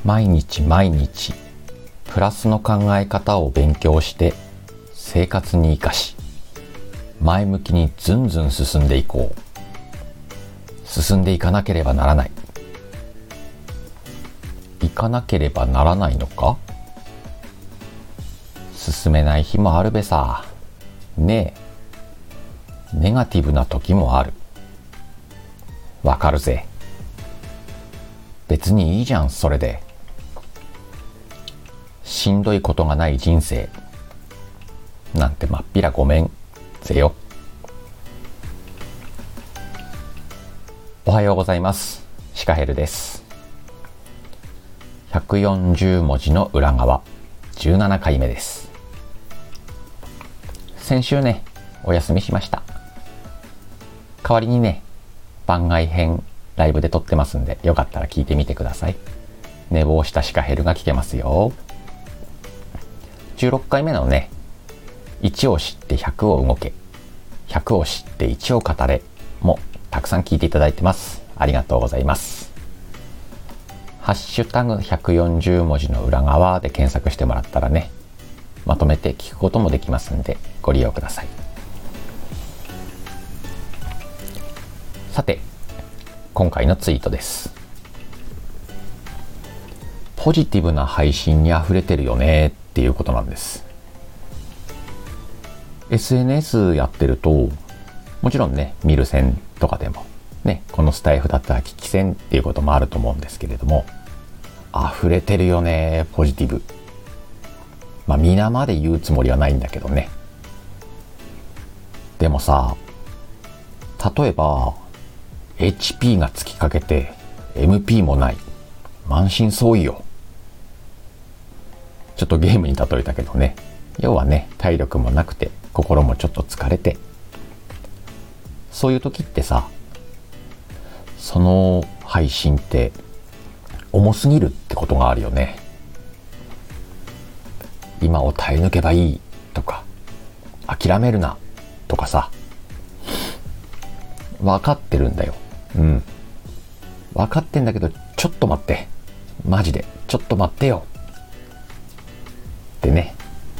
毎日毎日プラスの考え方を勉強して生活に生かし、前向きにずんずん進んでいこう。進んでいかなければならない。行かなければならないのか？進めない日もあるべさ。ねえ、ネガティブな時もある。わかるぜ。別にいいじゃん、それで。しんどいことがない人生なんてまっぴらごめんぜよ。おはようございます。シカヘルです。140文字の裏側17回目です。先週ね、お休みしました。代わりにね、番外編ライブで撮ってますんで、よかったら聞いてみてください。寝坊したシカヘルが聞けますよ。16回目のね、1を知って100を動け、100を知って1を語れもたくさん聞いていただいてます。ありがとうございます。ハッシュタグ140文字の裏側で検索してもらったらね、まとめて聞くこともできますんでご利用ください。さて、今回のツイートです。ポジティブな配信に溢れてるよねっていうことなんです。SNS やってると、もちろんね、見る線とかでもね、このスタイフだったら聞き線っていうこともあると思うんですけれども、溢れてるよね、ポジティブ。まあ皆まで言うつもりはないんだけどね。でもさ、例えば HP が尽きかけて MP もない、満身創痍よ。ちょっとゲームに例えたけどね、要はね、体力もなくて心もちょっと疲れて、そういう時ってさ、その配信って重すぎるってことがあるよね。今を耐え抜けばいいとか、諦めるなとかさ、分かってるんだよ。分かってんだけど、ちょっと待って、マジでちょっと待ってよってね。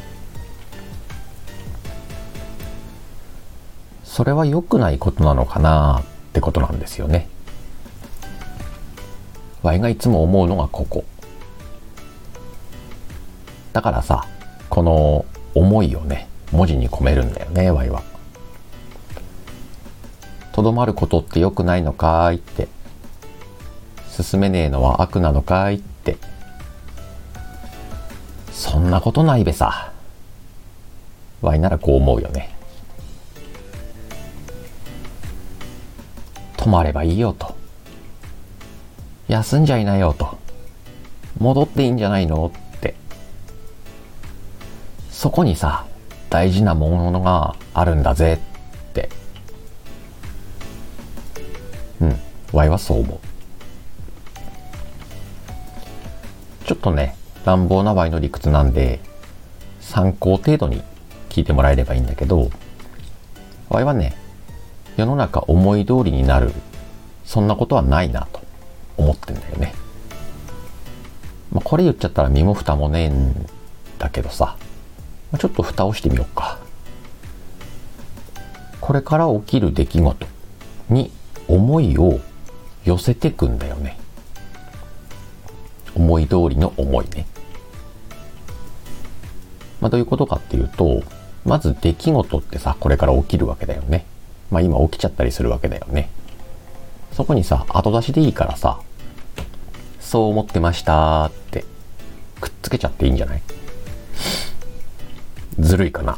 それは良くないことなのかなってことなんですよね。ワイがいつも思うのがここだからさ、この思いをね、文字に込めるんだよね、ワイは。とどまることって良くないのかーいって、進めねえのは悪なのかいって、そんなことないべさ。ワイならこう思うよね。止まればいいよと、休んじゃいなよと、戻っていいんじゃないのって、そこにさ、大事なものがあるんだぜって、ワイはそう思う。ちょっとね、乱暴なワイの理屈なんで、参考程度に聞いてもらえればいいんだけど、ワイはね、世の中思い通りになる、そんなことはないなと思ってんだよね。これ言っちゃったら身も蓋もねえんだけどさ、ちょっと蓋をしてみようか。これから起きる出来事に思いを寄せてくんだよね。思い通りの思いね。どういうことかっていうと、まず出来事ってさ、これから起きるわけだよね。今起きちゃったりするわけだよね。そこにさ、後出しでいいからさ、そう思ってましたってくっつけちゃっていいんじゃない？ずるいかな。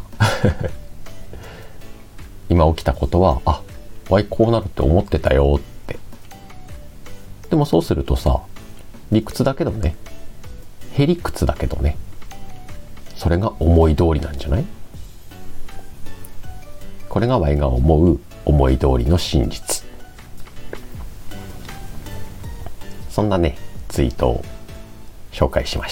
今起きたことは、わいこうなるって思ってたよって。でもそうするとさ、理屈だけどね、へりくつだけどね、それが思い通りなんじゃない？これがワイが思う思い通りの真実。そんなね、ツイートを紹介しました。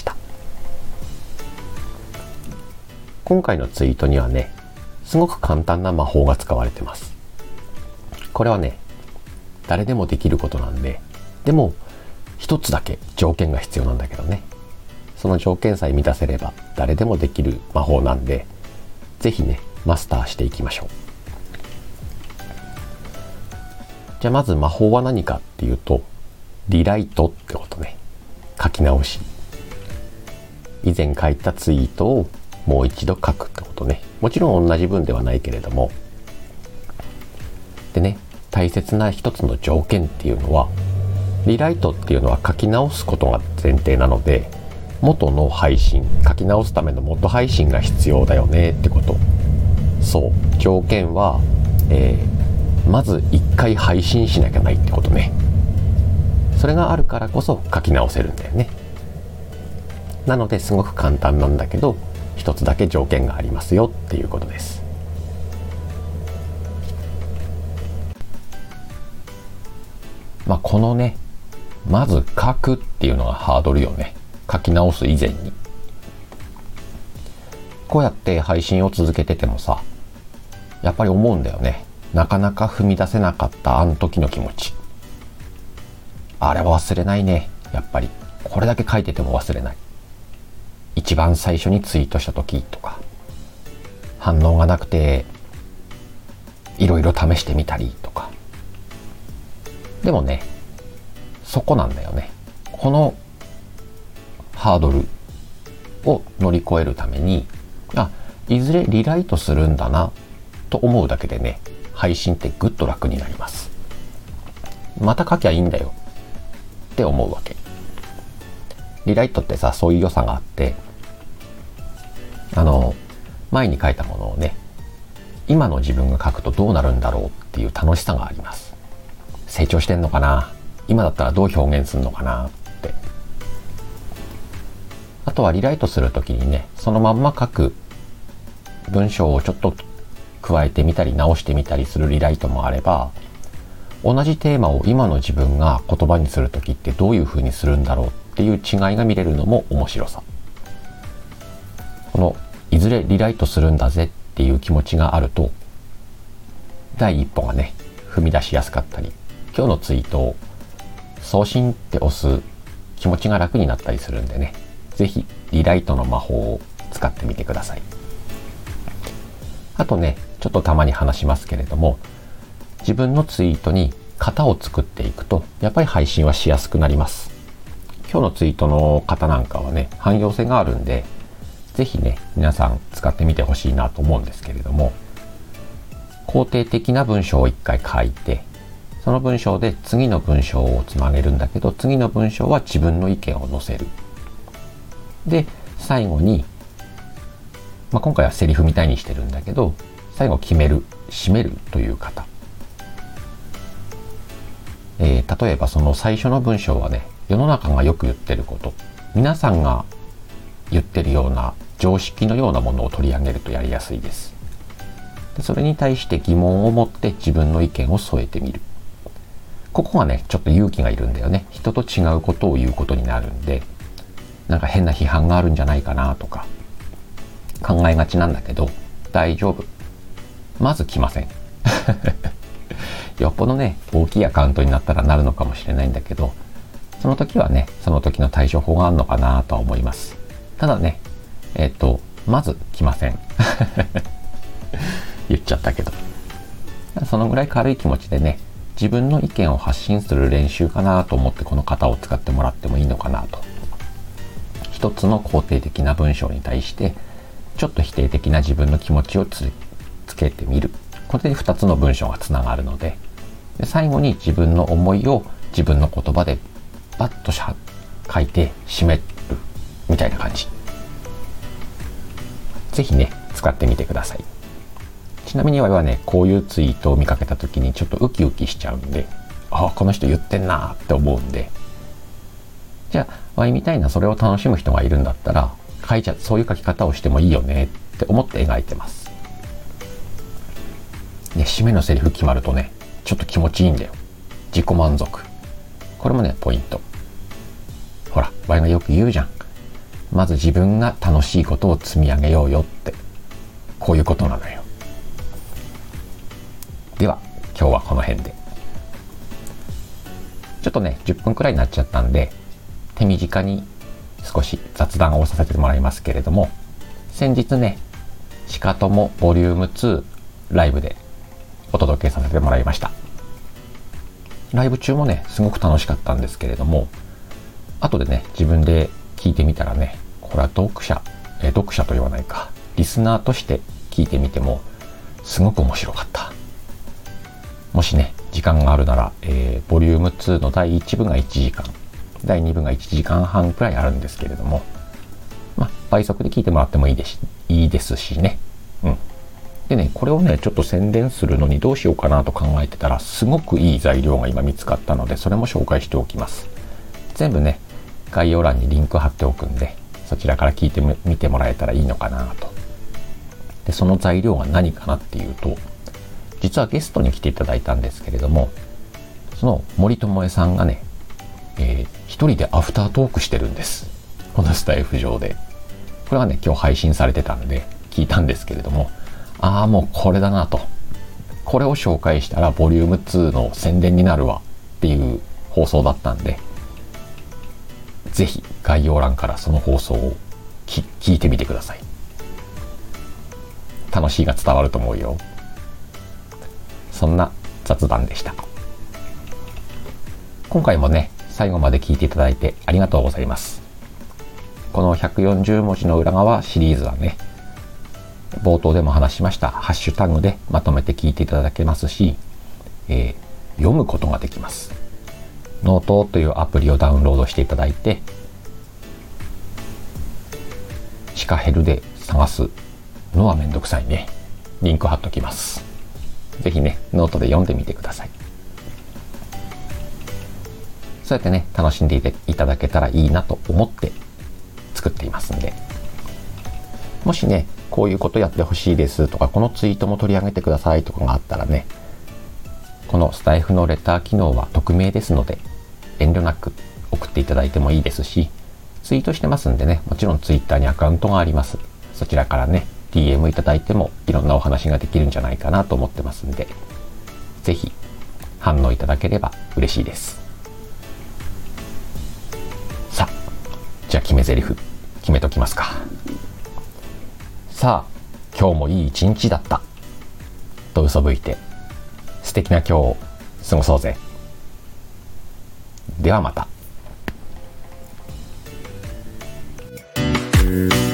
今回のツイートにはね、すごく簡単な魔法が使われてます。これはね、誰でもできることなんで、でも一つだけ条件が必要なんだけどね。その条件さえ満たせれば誰でもできる魔法なんで、ぜひね、マスターしていきましょう。じゃあまず魔法は何かっていうと、リライトってことね。書き直し。以前書いたツイートをもう一度書くってことね。もちろん同じ文ではないけれども。でね、大切な一つの条件っていうのは、リライトっていうのは書き直すことが前提なので、元の配信、書き直すための元配信が必要だよねってこと。そう、条件は、まず一回配信しなきゃないってことね。それがあるからこそ書き直せるんだよね。なのですごく簡単なんだけど、一つだけ条件がありますよっていうことです。まあこのね、まず書くっていうのがハードルよね。書き直す以前に。こうやって配信を続けててもさ、やっぱり思うんだよね。なかなか踏み出せなかったあの時の気持ち。あれは忘れないね。やっぱり。これだけ書いてても忘れない。一番最初にツイートした時とか、反応がなくて、いろいろ試してみたりとか。でもね、そこなんだよね。このハードルを乗り越えるために、いずれリライトするんだなと思うだけでね、配信ってぐっと楽になります。また書きゃいいんだよって思うわけ。リライトってさ、そういう良さがあって、前に書いたものをね、今の自分が書くとどうなるんだろうっていう楽しさがあります。成長してんのかな、今だったらどう表現するのかなって。あとはリライトするときにね、そのまんま書く文章をちょっと加えてみたり直してみたりするリライトもあれば、同じテーマを今の自分が言葉にするときってどういう風にするんだろうっていう違いが見れるのも面白さ。このいずれリライトするんだぜっていう気持ちがあると、第一歩がね、踏み出しやすかったり、今日のツイートを送信って押す気持ちが楽になったりするんでね、ぜひリライトの魔法を使ってみてください。あとね、ちょっとたまに話しますけれども、自分のツイートに型を作っていくと、やっぱり配信はしやすくなります。今日のツイートの型なんかはね、汎用性があるんで、ぜひね、皆さん使ってみてほしいなと思うんですけれども、肯定的な文章を一回書いて、その文章で次の文章をつなげるんだけど、次の文章は自分の意見を載せる。で、最後に、今回はセリフみたいにしてるんだけど、最後決める、締めるという方。例えばその最初の文章はね、世の中がよく言ってること、皆さんが言ってるような常識のようなものを取り上げるとやりやすいです。で、それに対して疑問を持って自分の意見を添えてみる。ここがね、ちょっと勇気がいるんだよね。人と違うことを言うことになるんで、なんか変な批判があるんじゃないかなとか考えがちなんだけど、大丈夫。まず来ません。よっぽどね、大きいアカウントになったらなるのかもしれないんだけど、その時はね、その時の対処法があるのかなとは思います。ただね、まず来ません。言っちゃったけど。そのぐらい軽い気持ちでね、自分の意見を発信する練習かなと思ってこの型を使ってもらってもいいのかなと。一つの肯定的な文章に対して、ちょっと否定的な自分の気持ちをつけてみる。これで2つの文章がつながるので、最後に自分の思いを自分の言葉でバッと書いて締めるみたいな感じ。ぜひね、使ってみてください。ちなみに我はね、こういうツイートを見かけた時にちょっとウキウキしちゃうんで、この人言ってんなーって思うんで、じゃあワイみたいなそれを楽しむ人がいるんだったら、そういう書き方をしてもいいよねって思って描いてます。ね、締めのセリフ決まるとね、ちょっと気持ちいいんだよ。自己満足。これもね、ポイント。ほら、ワイがよく言うじゃん。まず自分が楽しいことを積み上げようよって。こういうことなのよ。では、今日はこの辺で。ちょっとね、10分くらいになっちゃったんで、手短に少し雑談をさせてもらいますけれども、先日ね、しかともボリューム2ライブでお届けさせてもらいました。ライブ中もね、すごく楽しかったんですけれども、後でね、自分で聞いてみたらね、これは読者と言わないか、リスナーとして聞いてみても、すごく面白かった。もしね、時間があるなら、ボリューム2の第1部が1時間、第2部が1時間半くらいあるんですけれども、倍速で聞いてもらってもいいですしね。でね、これをね、ちょっと宣伝するのにどうしようかなと考えてたら、すごくいい材料が今見つかったので、それも紹介しておきます。全部ね、概要欄にリンク貼っておくんで、そちらから聞いてみてもらえたらいいのかなと。で、その材料が何かなっていうと、実はゲストに来ていただいたんですけれども、その森友恵さんがね、一人でアフタートークしてるんです。このスタイフ上で。これはね、今日配信されてたんで聞いたんですけれども、もうこれだなと。これを紹介したらボリューム2の宣伝になるわっていう放送だったんで、ぜひ概要欄からその放送を聞いてみてください。楽しいが伝わると思うよ。そんな雑談でした。今回もね、最後まで聞いていただいてありがとうございます。この140文字の裏側シリーズはね、冒頭でも話しましたハッシュタグでまとめて聞いていただけますし、読むことができます。ノートというアプリをダウンロードしていただいて、シカヘルで探すのはめんどくさいね。リンク貼っときます。ぜひね、ノートで読んでみてください。そうやってね、楽しんでいただけたらいいなと思って作っていますんで、もしね、こういうことやってほしいですとか、このツイートも取り上げてくださいとかがあったらね、このスタイフのレター機能は匿名ですので、遠慮なく送っていただいてもいいですし、ツイートしてますんでね、もちろんツイッターにアカウントがあります。そちらからね、DM いただいてもいろんなお話ができるんじゃないかなと思ってますんで、ぜひ反応いただければ嬉しいです。さあ、じゃあ決め台詞決めときますか。さあ、今日もいい一日だったと嘘吹いて素敵な今日を過ごそうぜ。ではまた。